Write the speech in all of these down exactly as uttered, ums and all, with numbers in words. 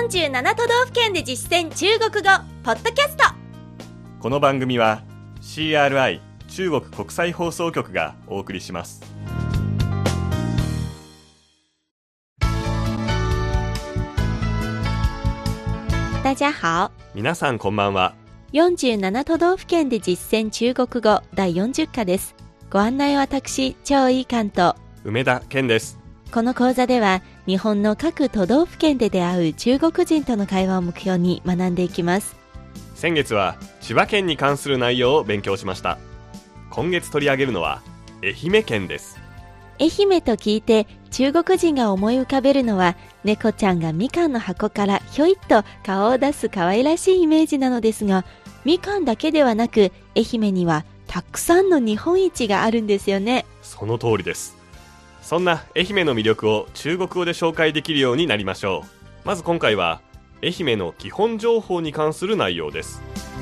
よんじゅうなな都道府県で実践中国語ポッドキャスト。 この番組は シーアールアイ 中国国際放送局がお送りします。 大家好。 皆さんこんばんは。 よんじゅうなな都道府県で実践中国語だいよんじゅっ課です。ご案内は私、張井関と梅田健です。 この講座では日本の各都道府県で出会う中国人との会話を目標に学んでいきます。 先月は千葉県に関する内容を勉強しました。今月取り上げるのは愛媛県です。 愛媛と聞いて中国人が思い浮かべるのは猫ちゃんがみかんの箱からひょいっと顔を出す可愛らしいイメージなのですが、みかんだけではなく愛媛にはたくさんの日本一があるんですよね。 その通りです。そんな愛媛の魅力を中国語で紹介できるようになりましょう。まず今回は愛媛の基本情報に関する内容です。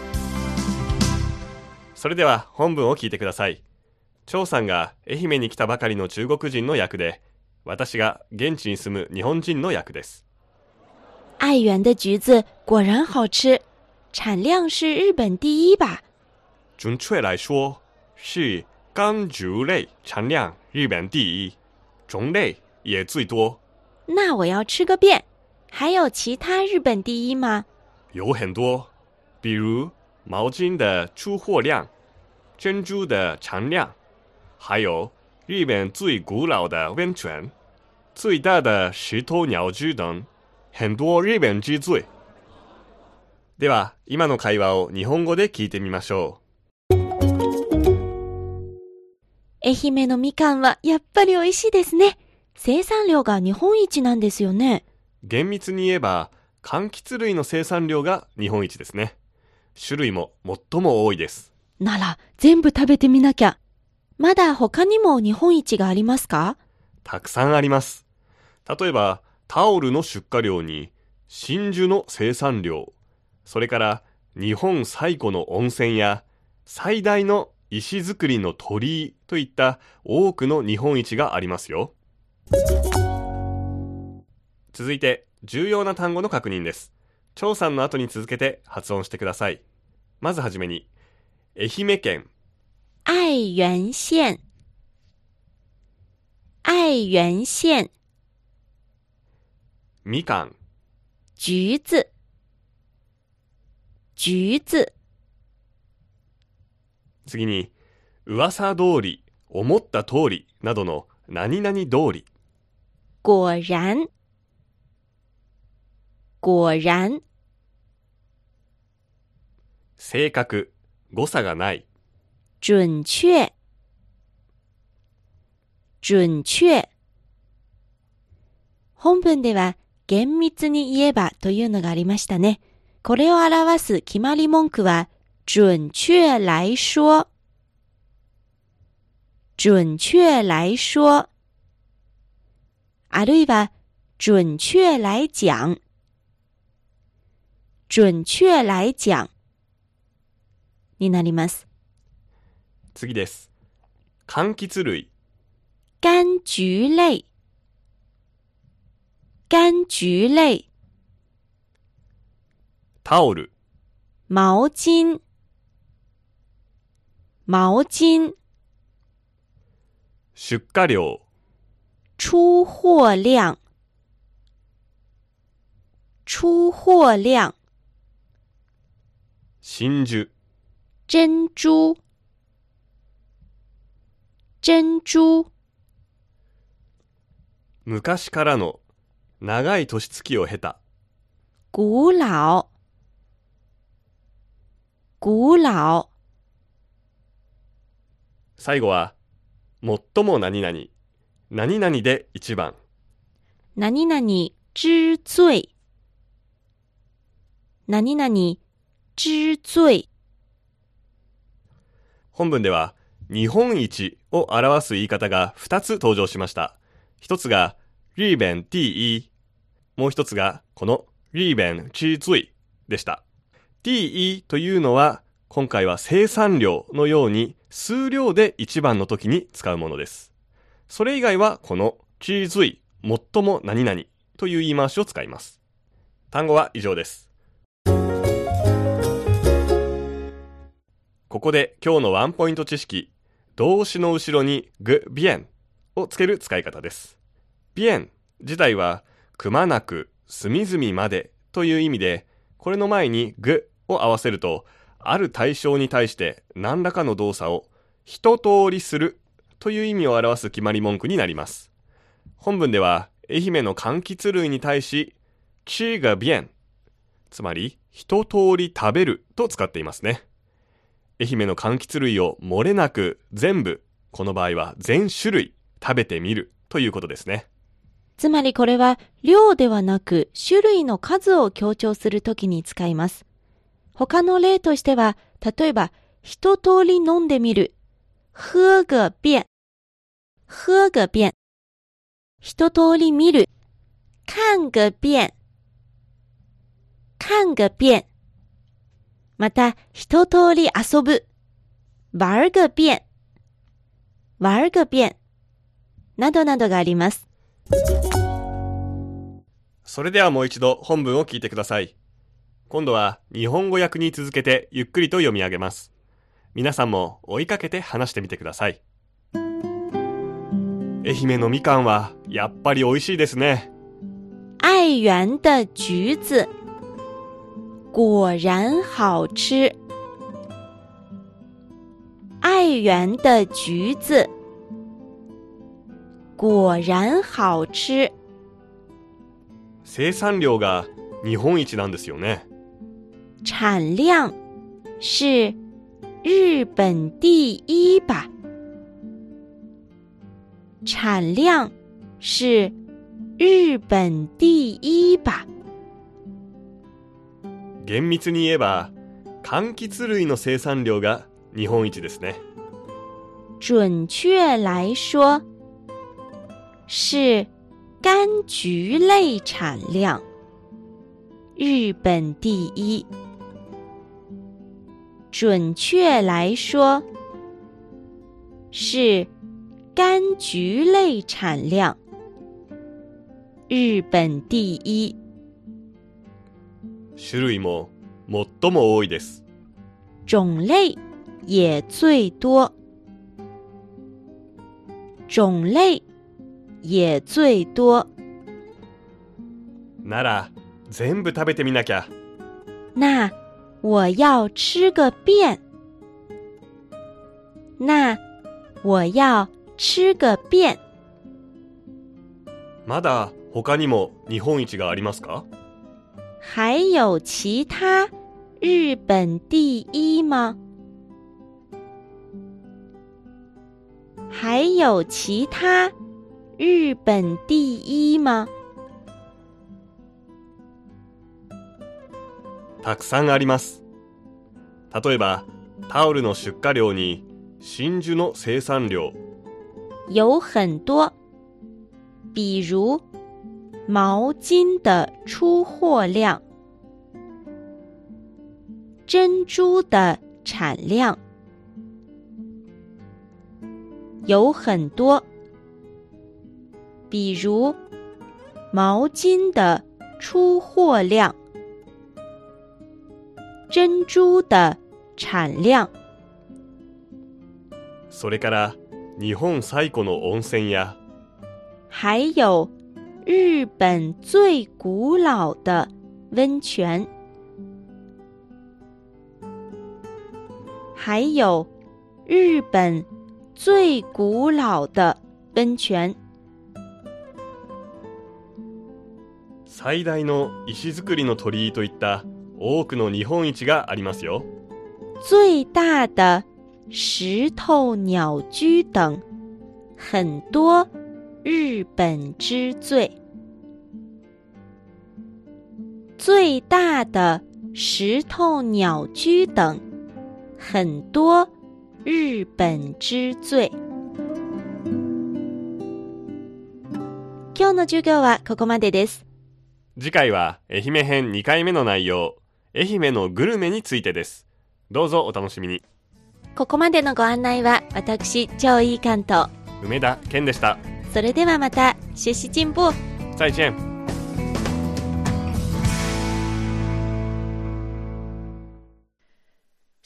それでは本文を聞いてください。張さんが愛媛に来たばかりの中国人の役で、私が現地に住む日本人の役です。 愛媛的橘子果然好吃，产量是日本第一吧？ 准确来说，是柑橘类产量日本第一，种类也最多。 那我要吃个遍。还有其他日本第一吗？ 有很多，比如毛巾的出货量、珍珠的产量，还有日本最古老的温泉、最大的石头鸟居等很多日本之最。では今の会話を日本語で聞いてみましょう。 愛媛のみかんはやっぱり美味しいですね。生産量が日本一なんですよね。 厳密に言えば柑橘類の生産量が日本一ですね。種類も最も多いです。 なら全部食べてみなきゃ。まだ他にも日本一がありますか？ たくさんあります。例えばタオルの出荷量に真珠の生産量、それから日本最古の温泉や最大の石造りの鳥居といった多くの日本一がありますよ。続いて重要な単語の確認です。張さんの後に続けて発音してください。まずはじめに愛媛県愛媛县愛媛县みかん橘子橘子次に噂通り、思った通りなどの何々通り果然果然正確、誤差がない。 準確準確本文では厳密に言えばというのがありましたね。これを表す決まり文句は準確来說準確来說あるいは準確来講準確来講になります。 次です。柑橘類柑橘類柑橘類タオル毛巾毛巾出荷量出貨量出貨量真珠珍珠珍珠昔からの長い年月を経た古老古老最後は最も何々何々で一番何々之最何々之最本文では日本一を表す言い方がふたつ登場しました。一つが日本第一、もう一つがこの日本之最でした。第一というのは今回は生産量のように数量で一番の時に使うものです。それ以外はこの之最、最も何々という言い回しを使います。 単語は以上です。ここで今日のワンポイント知識、動詞の後ろにぐ、bienをつける使い方です。bien自体はくまなく、隅々までという意味で、これの前にぐを合わせると、ある対象に対して何らかの動作を一通りするという意味を表す決まり文句になります。本文では愛媛の柑橘類に対し、吃个bien、つまり一通り食べると使っていますね。愛媛の柑橘類を漏れなく全部、この場合は全種類食べてみるということですね。 つまりこれは量ではなく種類の数を強調するときに使います。他の例としては、例えば一通り飲んでみる、喝个遍、喝个遍、一通り見る、看个遍、看个遍、また一通り遊ぶ、玩个遍、玩个遍などなどがあります。 それではもう一度本文を聞いてください。今度は日本語訳に続けてゆっくりと読み上げます。皆さんも追いかけて話してみてください。愛媛のみかんはやっぱり美味しいですね。 愛媛的橘子果然好吃。愛媛的橘子果然好吃。 生産量が日本一なんですよね。 产量是日本第一吧。产量是日本第一吧。 厳密に言えば、柑橘類の生産量が日本一ですね。 準確來說、是柑橘類產量日本第一。準確來說、是柑橘類產量日本第一。 種類も最も多いです。 種類也最多。種類也最多。 なら全部食べてみなきゃ。 那我要吃个遍。那我要吃个遍。 まだ他にも日本一がありますか？ 還有其他日本第一嗎？還有其他日本第一嗎？ たくさんあります。例えば、タオルの出荷量に真珠の生産量。 有很多。比如毛巾的出貨量、珍珠的產量。有很多。比如毛巾的出貨量、珍珠的產量。 それから日本最古の温泉や、 還有日本最古老的溫泉。還有日本最古老的溫泉。 最大の石造りの鳥居といった多くの日本一がありますよ。 最大的石頭鳥居等很多日本之最。最大的石頭鳥居等很多日本之最。今日の授業はここまでです。 次回は愛媛編にかいめの内容、愛媛のグルメについてです。どうぞお楽しみに。 ここまでのご案内は私、張一貫と梅田健でした。 それではまた、学習進步。 再见。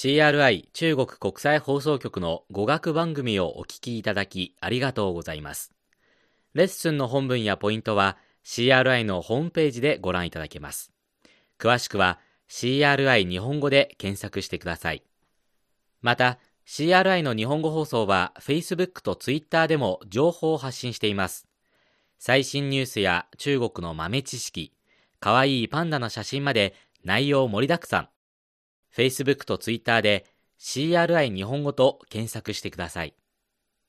シーアールアイ 中国国際放送局の語学番組をお聞きいただきありがとうございます。レッスンの本文やポイントは シーアールアイ のホームページでご覧いただけます。詳しくは シーアールアイ 日本語で検索してください。また、シーアールアイ の日本語放送は Facebook と Twitter でも情報を発信しています。最新ニュースや中国の豆知識、かわいいパンダの写真まで内容盛りだくさん。Facebook と Twitter で シーアールアイ 日本語と検索してください。